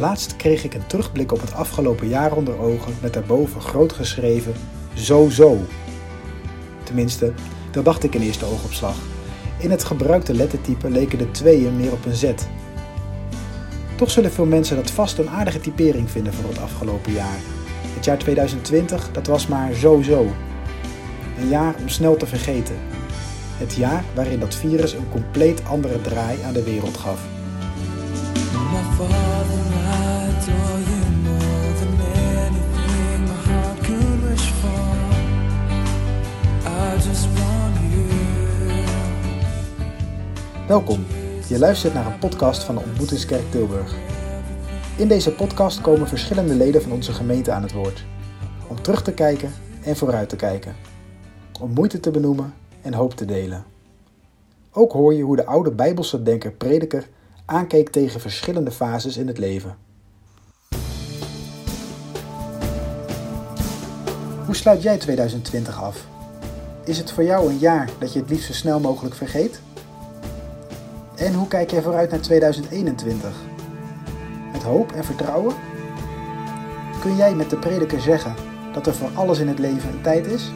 Laatst kreeg ik een terugblik op het afgelopen jaar onder ogen met daarboven groot geschreven zo. Tenminste, dat dacht ik in eerste oogopslag. In het gebruikte lettertype leken de tweeën meer op een Z. Toch zullen veel mensen dat vast een aardige typering vinden voor het afgelopen jaar. Het jaar 2020, dat was maar zo. Een jaar om snel te vergeten. Het jaar waarin dat virus een compleet andere draai aan de wereld gaf. Welkom, je luistert naar een podcast van de Ontmoetingskerk Tilburg. In deze podcast komen verschillende leden van onze gemeente aan het woord. Om terug te kijken en vooruit te kijken. Om moeite te benoemen en hoop te delen. Ook hoor je hoe de oude Bijbelse denker Prediker aankeek tegen verschillende fases in het leven. Hoe sluit jij 2020 af? Is het voor jou een jaar dat je het liefst zo snel mogelijk vergeet? En hoe kijk jij vooruit naar 2021? Met hoop en vertrouwen? Kun jij met de Prediker zeggen dat er voor alles in het leven een tijd is?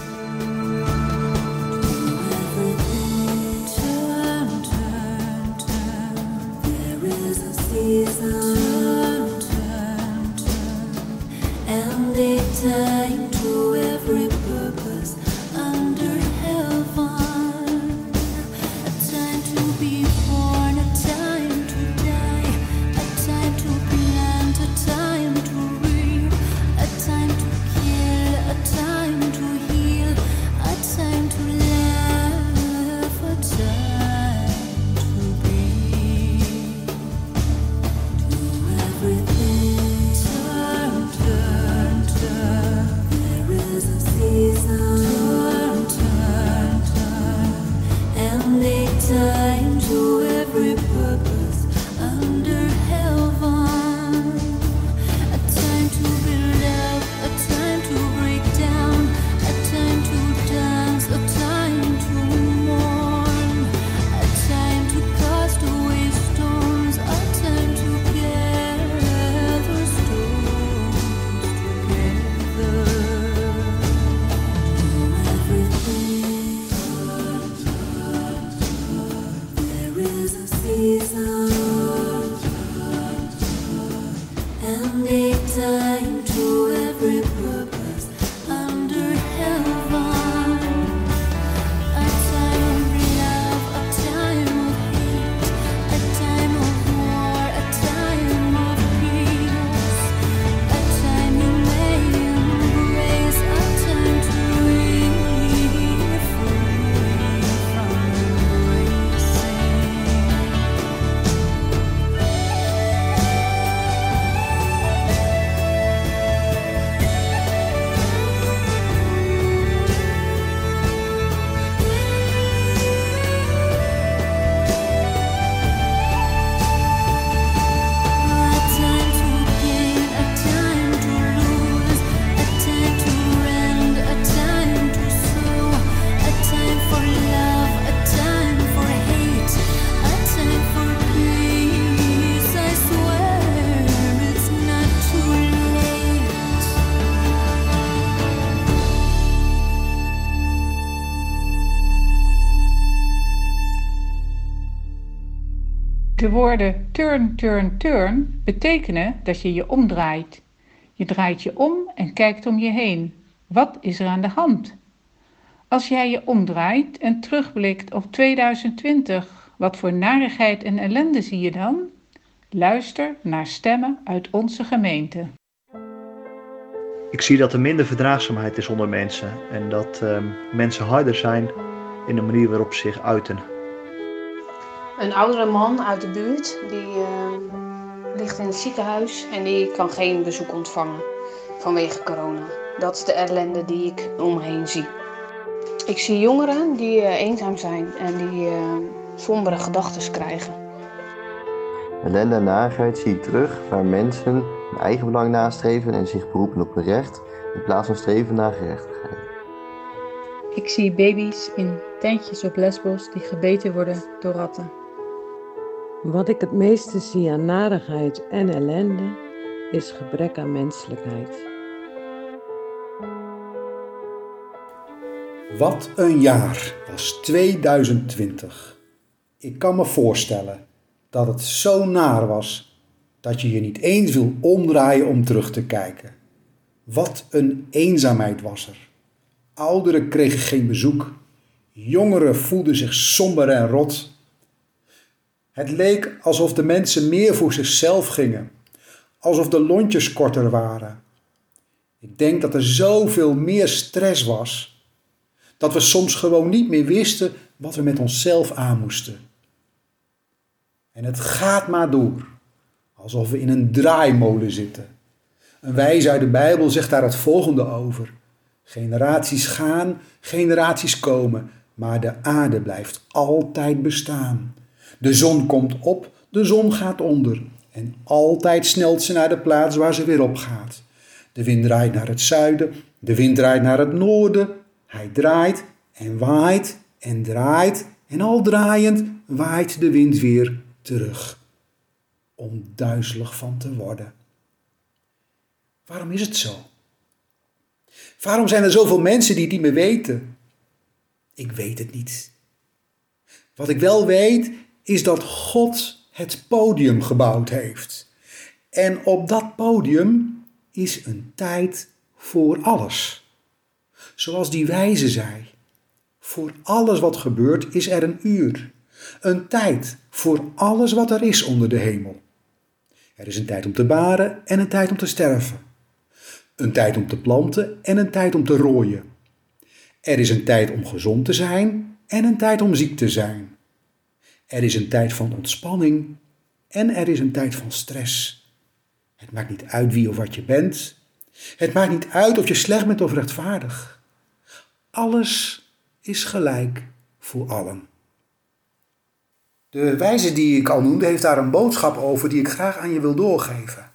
De woorden turn betekenen dat je je omdraait. Je draait je om en kijkt om je heen. Wat is er aan de hand? Als jij je omdraait en terugblikt op 2020, wat voor narigheid en ellende zie je dan? Luister naar stemmen uit onze gemeente. Ik zie dat er minder verdraagzaamheid is onder mensen en dat mensen harder zijn in de manier waarop ze zich uiten. Een oudere man uit de buurt, die ligt in het ziekenhuis en die kan geen bezoek ontvangen vanwege corona. Dat is de ellende die ik om me heen zie. Ik zie jongeren die eenzaam zijn en die sombere gedachten krijgen. Ellende en narigheid zie ik terug waar mensen hun eigen belang nastreven en zich beroepen op hun recht in plaats van streven naar gerechtigheid. Ik zie baby's in tentjes op Lesbos die gebeten worden door ratten. Wat ik het meeste zie aan narigheid en ellende, is gebrek aan menselijkheid. Wat een jaar was 2020. Ik kan me voorstellen dat het zo naar was dat je je niet eens wil omdraaien om terug te kijken. Wat een eenzaamheid was er. Ouderen kregen geen bezoek. Jongeren voelden zich somber en rot. Het leek alsof de mensen meer voor zichzelf gingen. Alsof de lontjes korter waren. Ik denk dat er zoveel meer stress was, dat we soms gewoon niet meer wisten wat we met onszelf aan moesten. En het gaat maar door, alsof we in een draaimolen zitten. Een wijze uit de Bijbel zegt daar het volgende over. Generaties gaan, generaties komen, maar de aarde blijft altijd bestaan. De zon komt op, de zon gaat onder. En altijd snelt ze naar de plaats waar ze weer opgaat. De wind draait naar het zuiden, de wind draait naar het noorden. Hij draait en waait en draait en al draaiend waait de wind weer terug. Om duizelig van te worden. Waarom is het zo? Waarom zijn er zoveel mensen die het niet meer weten? Ik weet het niet. Wat ik wel weet is dat God het podium gebouwd heeft. En op dat podium is een tijd voor alles. Zoals die wijze zei, voor alles wat gebeurt is er een uur. Een tijd voor alles wat er is onder de hemel. Er is een tijd om te baren en een tijd om te sterven. Een tijd om te planten en een tijd om te rooien. Er is een tijd om gezond te zijn en een tijd om ziek te zijn. Er is een tijd van ontspanning en er is een tijd van stress. Het maakt niet uit wie of wat je bent. Het maakt niet uit of je slecht bent of rechtvaardig. Alles is gelijk voor allen. De wijze die ik al noemde heeft daar een boodschap over die ik graag aan je wil doorgeven.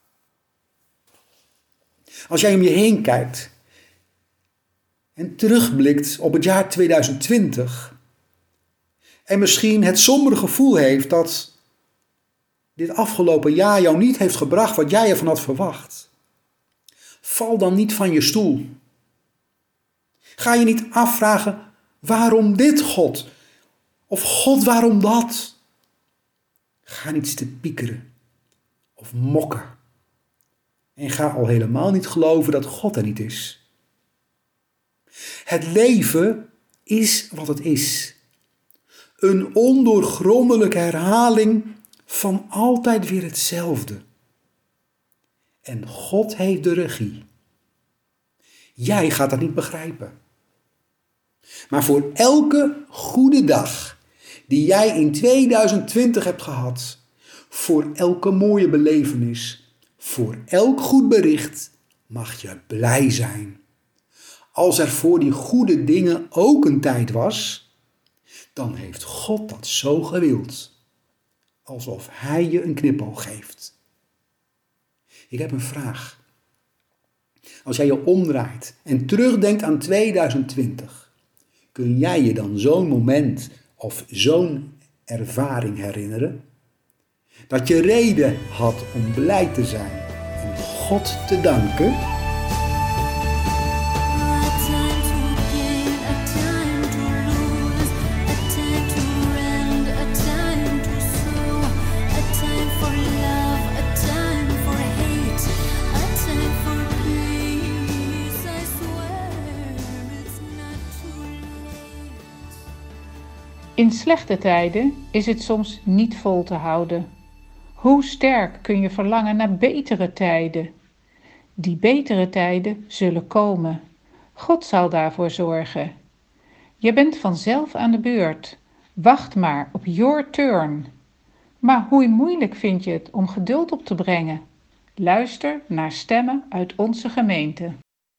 Als jij om je heen kijkt en terugblikt op het jaar 2020 en misschien het sombere gevoel heeft dat dit afgelopen jaar jou niet heeft gebracht wat jij ervan had verwacht, val dan niet van je stoel. Ga je niet afvragen, waarom dit God? Of God, waarom dat? Ga niet zitten piekeren of mokken. En ga al helemaal niet geloven dat God er niet is. Het leven is wat het is. Een ondoorgrondelijke herhaling van altijd weer hetzelfde. En God heeft de regie. Jij gaat dat niet begrijpen. Maar voor elke goede dag die jij in 2020 hebt gehad, voor elke mooie belevenis, voor elk goed bericht, mag je blij zijn. Als er voor die goede dingen ook een tijd was, dan heeft God dat zo gewild. Alsof Hij je een knipoog geeft. Ik heb een vraag. Als jij je omdraait en terugdenkt aan 2020, kun jij je dan zo'n moment of zo'n ervaring herinneren? Dat je reden had om blij te zijn en God te danken? In slechte tijden is het soms niet vol te houden. Hoe sterk kun je verlangen naar betere tijden? Die betere tijden zullen komen. God zal daarvoor zorgen. Je bent vanzelf aan de beurt. Wacht maar op your turn. Maar hoe moeilijk vind je het om geduld op te brengen? Luister naar stemmen uit onze gemeente.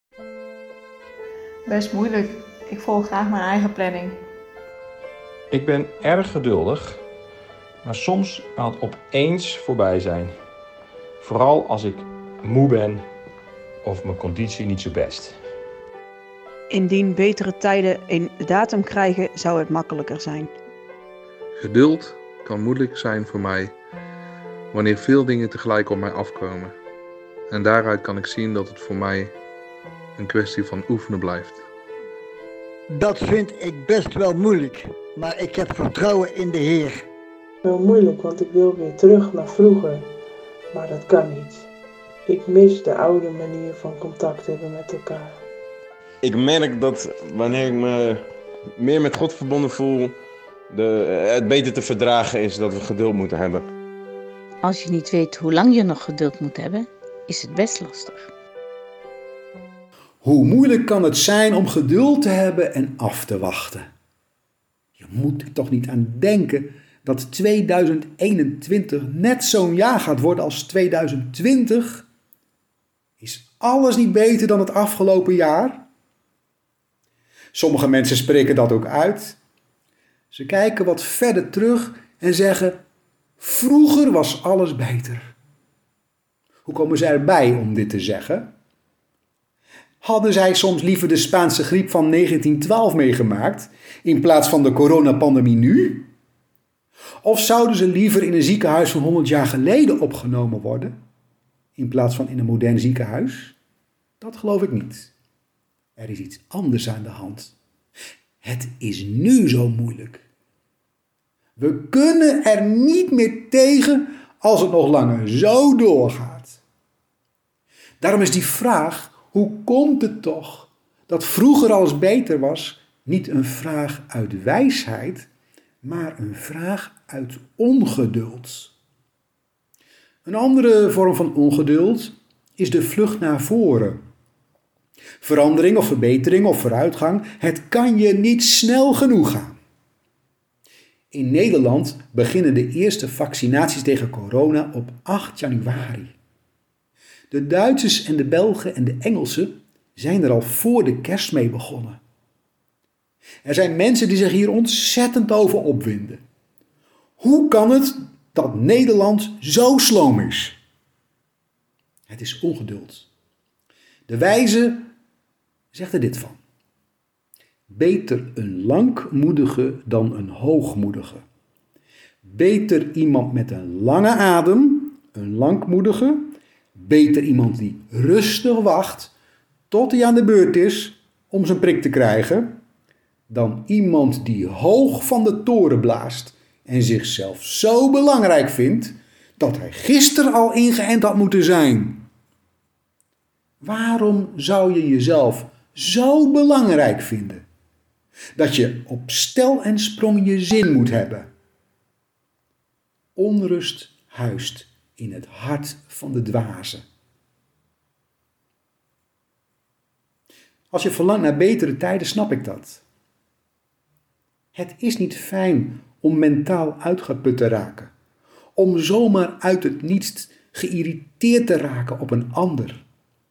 Best moeilijk. Ik volg graag mijn eigen planning. Ik ben erg geduldig, maar soms kan het opeens voorbij zijn. Vooral als ik moe ben of mijn conditie niet zo best. Indien betere tijden een datum krijgen, zou het makkelijker zijn. Geduld kan moeilijk zijn voor mij wanneer veel dingen tegelijk op mij afkomen. En daaruit kan ik zien dat het voor mij een kwestie van oefenen blijft. Dat vind ik best wel moeilijk, maar ik heb vertrouwen in de Heer. Wel moeilijk, want ik wil weer terug naar vroeger, maar dat kan niet. Ik mis de oude manier van contact hebben met elkaar. Ik merk dat wanneer ik me meer met God verbonden voel, het beter te verdragen is dat we geduld moeten hebben. Als je niet weet hoe lang je nog geduld moet hebben, is het best lastig. Hoe moeilijk kan het zijn om geduld te hebben en af te wachten? Je moet er toch niet aan denken dat 2021 net zo'n jaar gaat worden als 2020? Is alles niet beter dan het afgelopen jaar? Sommige mensen spreken dat ook uit. Ze kijken wat verder terug en zeggen: vroeger was alles beter. Hoe komen zij erbij om dit te zeggen? Hadden zij soms liever de Spaanse griep van 1912 meegemaakt in plaats van de coronapandemie nu? Of zouden ze liever in een ziekenhuis van 100 jaar geleden opgenomen worden in plaats van in een modern ziekenhuis? Dat geloof ik niet. Er is iets anders aan de hand. Het is nu zo moeilijk. We kunnen er niet meer tegen als het nog langer zo doorgaat. Daarom is die vraag: hoe komt het toch dat vroeger alles beter was, niet een vraag uit wijsheid, maar een vraag uit ongeduld. Een andere vorm van ongeduld is de vlucht naar voren. Verandering of verbetering of vooruitgang, het kan je niet snel genoeg gaan. In Nederland beginnen de eerste vaccinaties tegen corona op 8 januari. De Duitsers en de Belgen en de Engelsen zijn er al voor de kerst mee begonnen. Er zijn mensen die zich hier ontzettend over opwinden. Hoe kan het dat Nederland zo sloom is? Het is ongeduld. De wijze zegt er dit van: beter een langmoedige dan een hoogmoedige. Beter iemand met een lange adem, een langmoedige. Beter iemand die rustig wacht tot hij aan de beurt is om zijn prik te krijgen, dan iemand die hoog van de toren blaast en zichzelf zo belangrijk vindt dat hij gisteren al ingeënt had moeten zijn. Waarom zou je jezelf zo belangrijk vinden dat je op stel en sprong je zin moet hebben? Onrust huist in het hart van de dwazen. Als je verlangt naar betere tijden, snap ik dat. Het is niet fijn om mentaal uitgeput te raken, om zomaar uit het niets geïrriteerd te raken op een ander.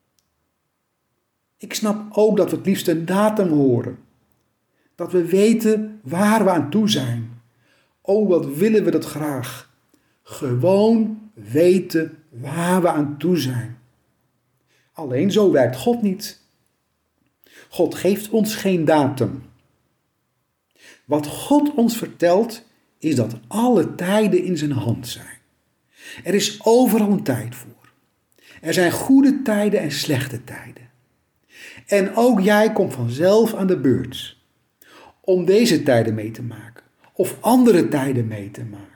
Ik snap ook dat we het liefst een datum horen, dat we weten waar we aan toe zijn. Oh, wat willen we dat graag. Gewoon weten waar we aan toe zijn. Alleen zo werkt God niet. God geeft ons geen datum. Wat God ons vertelt is dat alle tijden in zijn hand zijn. Er is overal een tijd voor. Er zijn goede tijden en slechte tijden. En ook jij komt vanzelf aan de beurt om deze tijden mee te maken of andere tijden mee te maken.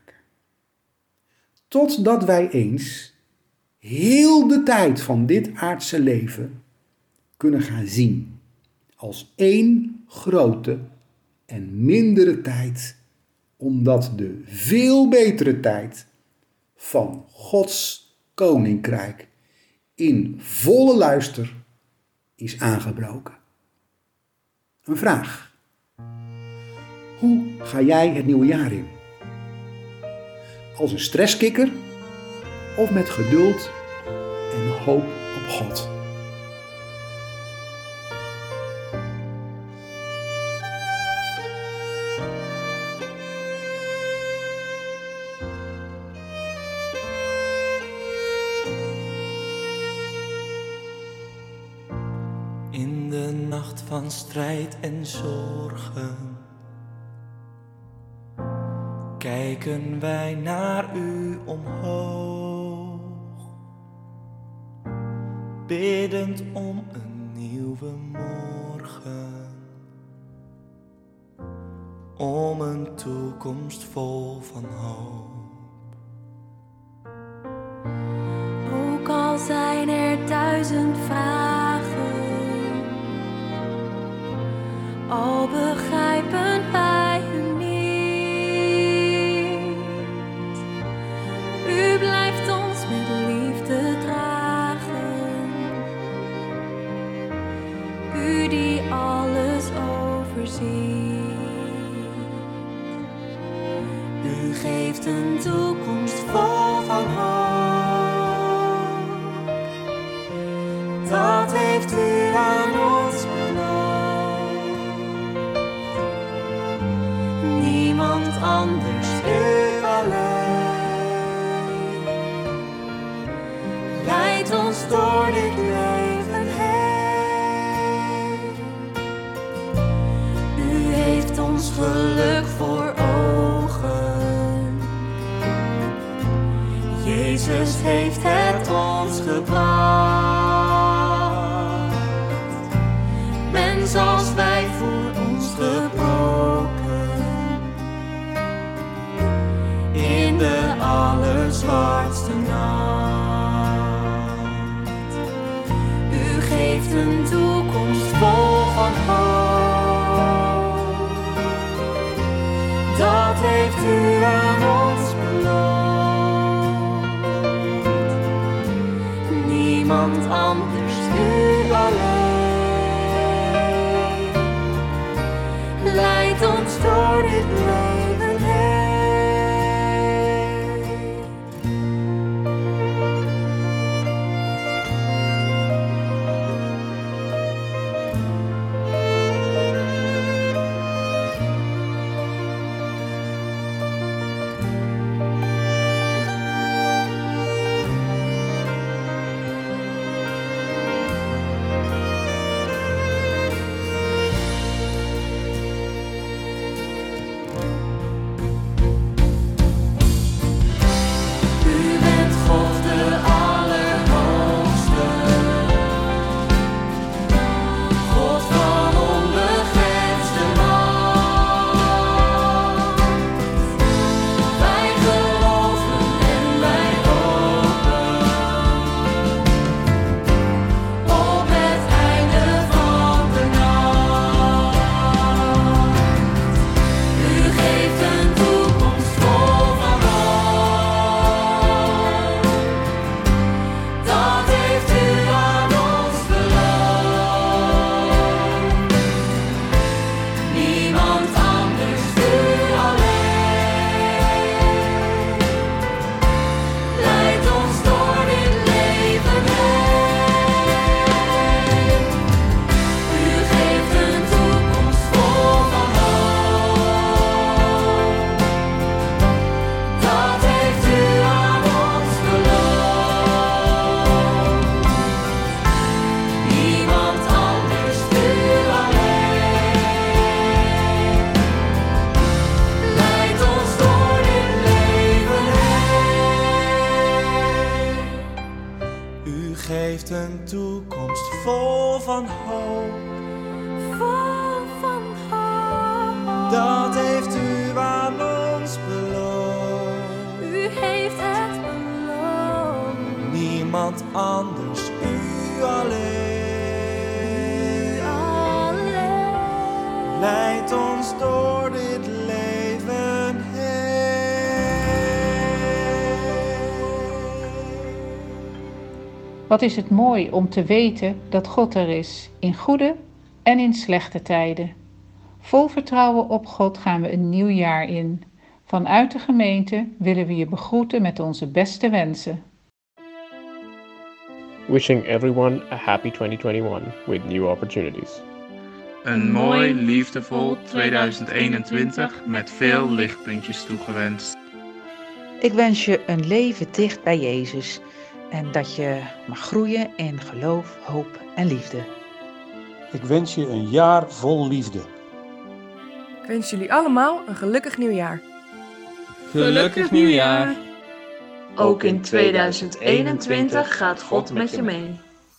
Totdat wij eens heel de tijd van dit aardse leven kunnen gaan zien als één grote en mindere tijd, omdat de veel betere tijd van Gods koninkrijk in volle luister is aangebroken. Een vraag. Hoe ga jij het nieuwe jaar in? Als een stresskikker of met geduld en hoop op God? In de nacht van strijd en zorgen kijken wij naar u omhoog, biddend om een nieuwe morgen, om een toekomst vol van hoop. Ook al zijn er 1000 vragen, al begrijpen wij u niet. U blijft ons met liefde dragen, u die alles overziet. U geeft een toekomst vol van hoop, dat heeft u aan ons beloofd. Niemand anders, u alleen, leidt ons door dit leven heen. U heeft ons geluk voor ogen, Jezus heeft het ons gebracht. Mens als wij voor ons gebroken, in de allerzwartste nacht. U geeft een toekomst vol van hoop, dat heeft u aan ons beloofd. Niemand anders, u alleen, leidt ons door dit leven heen. geeft een toekomst vol van hoop. Vol van hoop. Dat heeft u aan ons beloofd. U heeft het beloofd. Niemand anders, u alleen. U alleen. Leidt ons door dit leven heen. Wat is het mooi om te weten dat God er is, in goede en in slechte tijden. Vol vertrouwen op God gaan we een nieuw jaar in. Vanuit de gemeente willen we je begroeten met onze beste wensen. Wishing everyone a happy 2021 with new opportunities. Een mooi, liefdevol 2021 met veel lichtpuntjes toegewenst. Ik wens je een leven dicht bij Jezus en dat je mag groeien in geloof, hoop en liefde. Ik wens je een jaar vol liefde. Ik wens jullie allemaal een gelukkig nieuwjaar. Gelukkig nieuwjaar! Ook in 2021 gaat God met je mee.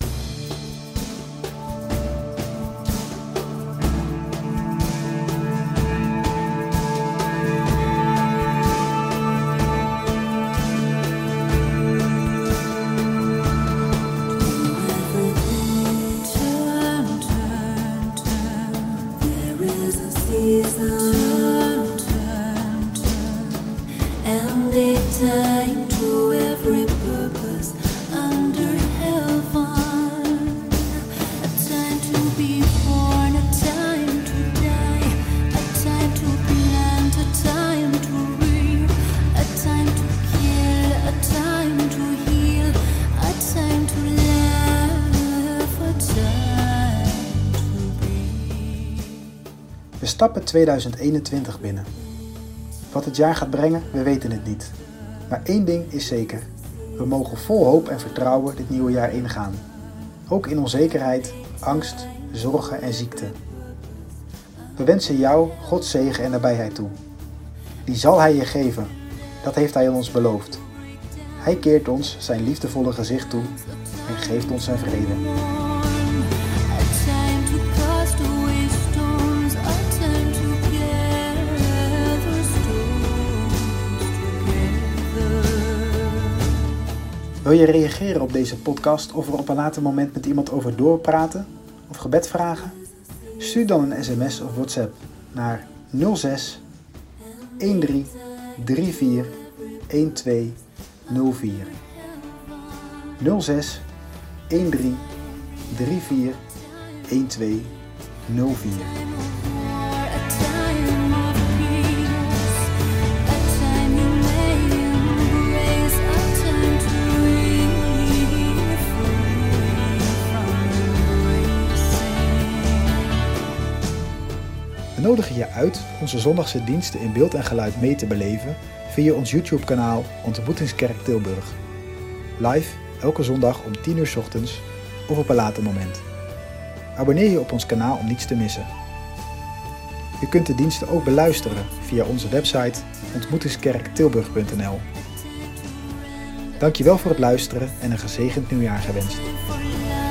Time to every purpose under heaven. A time to be born, a time to die, a time to plant, a time to reap, a time to kill, a time to heal, a time to laugh, a time to be. We stappen 2021 binnen. Wat het jaar gaat brengen, we weten het niet. Maar één ding is zeker. We mogen vol hoop en vertrouwen dit nieuwe jaar ingaan. Ook in onzekerheid, angst, zorgen en ziekte. We wensen jou Gods zegen en nabijheid toe. Die zal Hij je geven. Dat heeft Hij ons beloofd. Hij keert ons zijn liefdevolle gezicht toe en geeft ons zijn vrede. Wil je reageren op deze podcast of er op een later moment met iemand over doorpraten of gebed vragen? Stuur dan een sms of WhatsApp naar 06 13 34 1204. 06 13 34 1204. We nodigen je uit onze zondagse diensten in beeld en geluid mee te beleven via ons YouTube-kanaal Ontmoetingskerk Tilburg. Live elke zondag om 10 uur 's ochtends of op een later moment. Abonneer je op ons kanaal om niets te missen. Je kunt de diensten ook beluisteren via onze website ontmoetingskerktilburg.nl. Dankjewel voor het luisteren en een gezegend nieuwjaar gewenst.